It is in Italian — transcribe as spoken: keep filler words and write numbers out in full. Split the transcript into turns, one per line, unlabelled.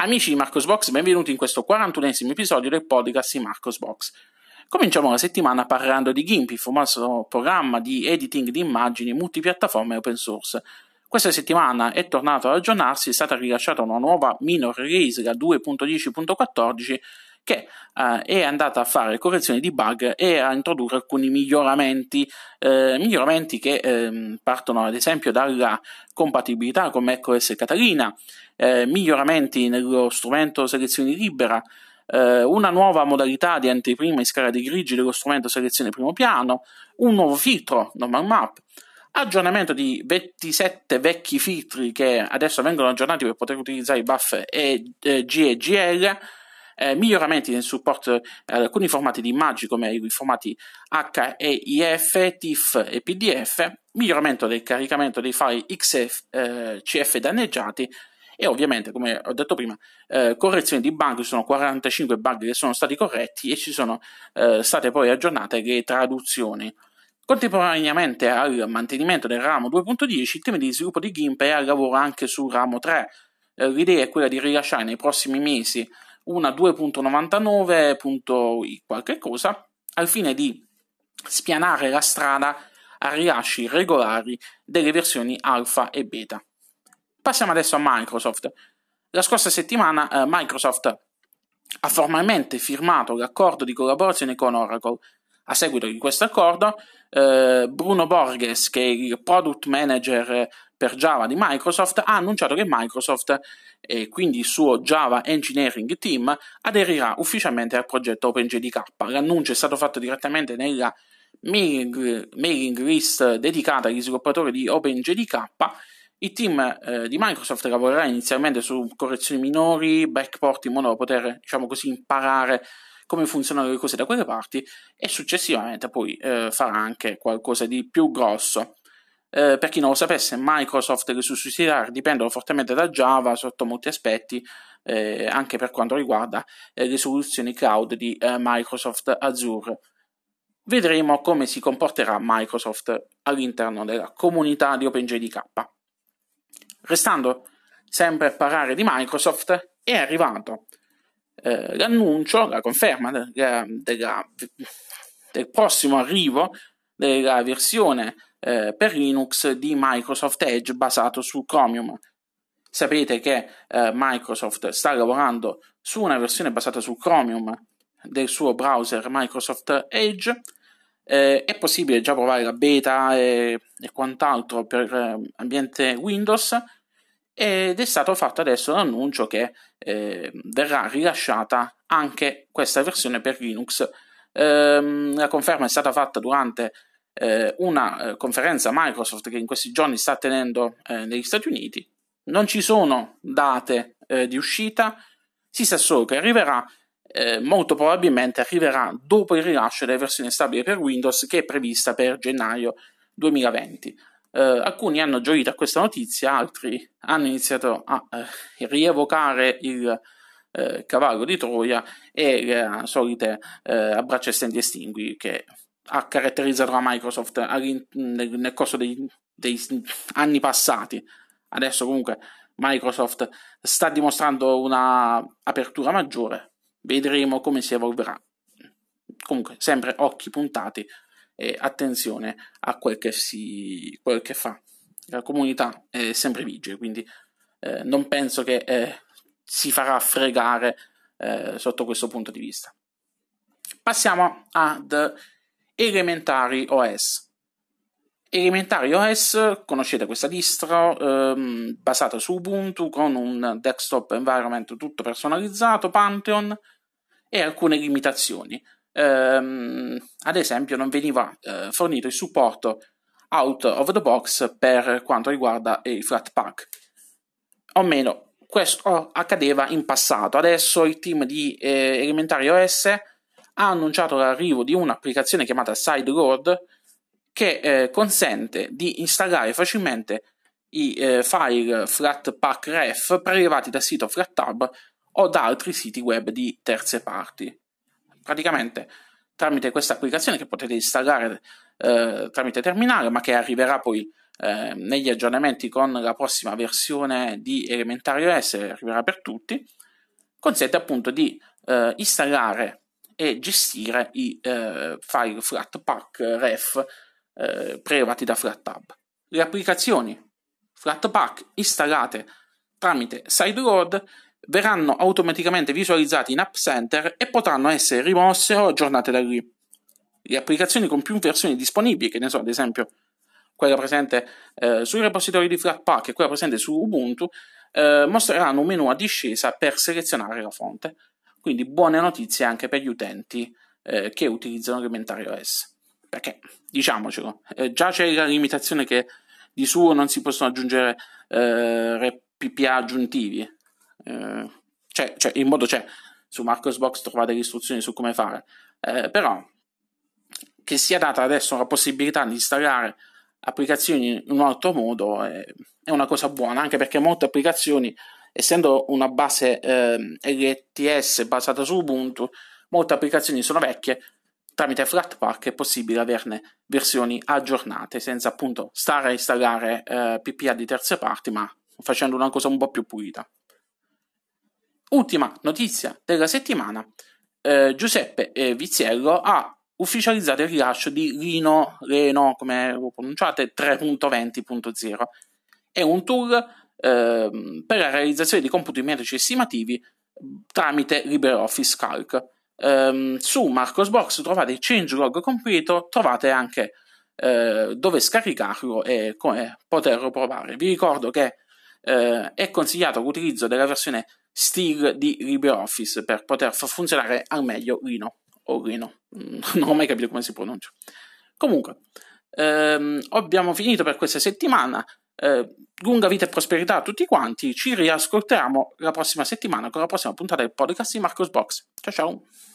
Amici di Marcosbox, benvenuti in questo quarantunesimo episodio del podcast di Marcosbox. Cominciamo la settimana parlando di GIMP, il famoso programma di editing di immagini multipiattaforma e open source. Questa settimana è tornato ad aggiornarsi, è stata rilasciata una nuova minor release, la due punto dieci punto quattordici, che eh, è andata a fare correzioni di bug e a introdurre alcuni miglioramenti, eh, miglioramenti che eh, partono ad esempio dalla compatibilità con macOS Catalina, eh, miglioramenti nello strumento selezione libera, eh, una nuova modalità di anteprima in scala di grigi dello strumento selezione primo piano, un nuovo filtro, Normal Map, aggiornamento di ventisette vecchi filtri che adesso vengono aggiornati per poter utilizzare i buff e eh, G e G L, Eh, miglioramenti nel supporto ad eh, alcuni formati di immagini come i formati H E I F, T I F e P D F, miglioramento del caricamento dei file X F, eh, C F danneggiati e ovviamente, come ho detto prima, eh, correzioni di bug. Ci sono quarantacinque bug che sono stati corretti e ci sono eh, state poi aggiornate le traduzioni. Contemporaneamente al mantenimento del ramo due punto dieci, il team di sviluppo di GIMP è al lavoro anche sul ramo tre. Eh, l'idea è quella di rilasciare nei prossimi mesi una due punto novantanove qualche cosa, al fine di spianare la strada a rilasci regolari delle versioni alfa e beta. Passiamo adesso a Microsoft. La scorsa settimana eh, Microsoft ha formalmente firmato l'accordo di collaborazione con Oracle. A seguito di questo accordo, eh, Bruno Borges, che è il product manager per Java di Microsoft, ha annunciato che Microsoft e quindi il suo Java Engineering Team aderirà ufficialmente al progetto OpenJDK. L'annuncio è stato fatto direttamente nella mailing, mailing list dedicata agli sviluppatori di OpenJDK. Il team eh, di Microsoft lavorerà inizialmente su correzioni minori, backport, in modo da poter, diciamo così, imparare come funzionano le cose da quelle parti e successivamente poi eh, farà anche qualcosa di più grosso. Eh, per chi non lo sapesse, Microsoft e le sue sussidiarie dipendono fortemente da Java sotto molti aspetti, eh, anche per quanto riguarda eh, le soluzioni cloud di eh, Microsoft Azure. Vedremo come si comporterà Microsoft all'interno della comunità di OpenJDK. Restando sempre a parlare di Microsoft, è arrivato eh, l'annuncio, la conferma della, della, del prossimo arrivo della versione eh, per Linux di Microsoft Edge basato su Chromium. Sapete che eh, Microsoft sta lavorando su una versione basata su Chromium del suo browser Microsoft Edge. Eh, è possibile già provare la beta e, e quant'altro per eh, ambiente Windows, ed è stato fatto adesso l'annuncio che eh, verrà rilasciata anche questa versione per Linux. Eh, la conferma è stata fatta durante eh, una eh, conferenza Microsoft che in questi giorni sta tenendo eh, negli Stati Uniti. Non ci sono date eh, di uscita, si sa solo che arriverà, eh, molto probabilmente arriverà dopo il rilascio della versione stabile per Windows, che è prevista per gennaio duemilaventi. Uh, alcuni hanno gioito a questa notizia, altri hanno iniziato a uh, rievocare il uh, cavallo di Troia e le uh, solite uh, abbraccia stendi estingui che ha caratterizzato la Microsoft nel, nel corso dei, dei anni passati. Adesso comunque Microsoft sta dimostrando una apertura maggiore, vedremo come si evolverà. Comunque sempre occhi puntati e attenzione a quel che si quel che fa. La comunità è sempre vigile, quindi eh, non penso che eh, si farà fregare eh, sotto questo punto di vista. Passiamo ad Elementary O S. Elementary O S, conoscete questa distro ehm, basata su Ubuntu con un desktop environment tutto personalizzato, Pantheon, e alcune limitazioni. Um, ad esempio non veniva uh, fornito il supporto out of the box per quanto riguarda i Flatpak, o meno questo accadeva in passato. Adesso il team di eh, Elementary O S ha annunciato l'arrivo di un'applicazione chiamata Sideload che eh, consente di installare facilmente i eh, file Flatpak ref prelevati dal sito FlatHub o da altri siti web di terze parti. Praticamente tramite questa applicazione che potete installare eh, tramite terminale, ma che arriverà poi eh, negli aggiornamenti con la prossima versione di Elementary O S, arriverà per tutti, consente appunto di eh, installare e gestire i eh, file Flatpak ref eh, prelevati da FlatHub. Le applicazioni Flatpak installate tramite Sideload verranno automaticamente visualizzate in App Center e potranno essere rimosse o aggiornate da lì. Le applicazioni con più versioni disponibili, che ne so, ad esempio quella presente eh, sui repositori di Flatpak e quella presente su Ubuntu, eh, mostreranno un menu a discesa per selezionare la fonte. Quindi buone notizie anche per gli utenti eh, che utilizzano Elementary O S. Perché, diciamocelo, eh, già c'è la limitazione che di suo non si possono aggiungere eh, P P A aggiuntivi. Eh, c'è, c'è, il modo c'è. Su Marcosbox trovate le istruzioni su come fare. Eh, però, che sia data adesso la possibilità di installare applicazioni in un altro modo è, è una cosa buona, anche perché molte applicazioni, essendo una base eh, L T S basata su Ubuntu, molte applicazioni sono vecchie. Tramite Flatpak è possibile averne versioni aggiornate senza appunto stare a installare eh, P P A di terze parti, ma facendo una cosa un po' più pulita. Ultima notizia della settimana, eh, Giuseppe eh, Viziello ha ufficializzato il rilascio di Rhino, Reno, come lo pronunciate, tre punto venti punto zero. È un tool eh, per la realizzazione di computi metrici estimativi tramite LibreOffice Calc. Um, su Marcosbox trovate il changelog completo, trovate anche uh, dove scaricarlo e come poterlo provare. Vi ricordo che uh, è consigliato l'utilizzo della versione Steel di LibreOffice per poter far funzionare al meglio Rhino o Rhino, non ho mai capito come si pronuncia. Comunque um, abbiamo finito per questa settimana. Uh, lunga vita e prosperità a tutti quanti, ci riascoltiamo la prossima settimana con la prossima puntata del podcast di Marcosbox. Ciao ciao.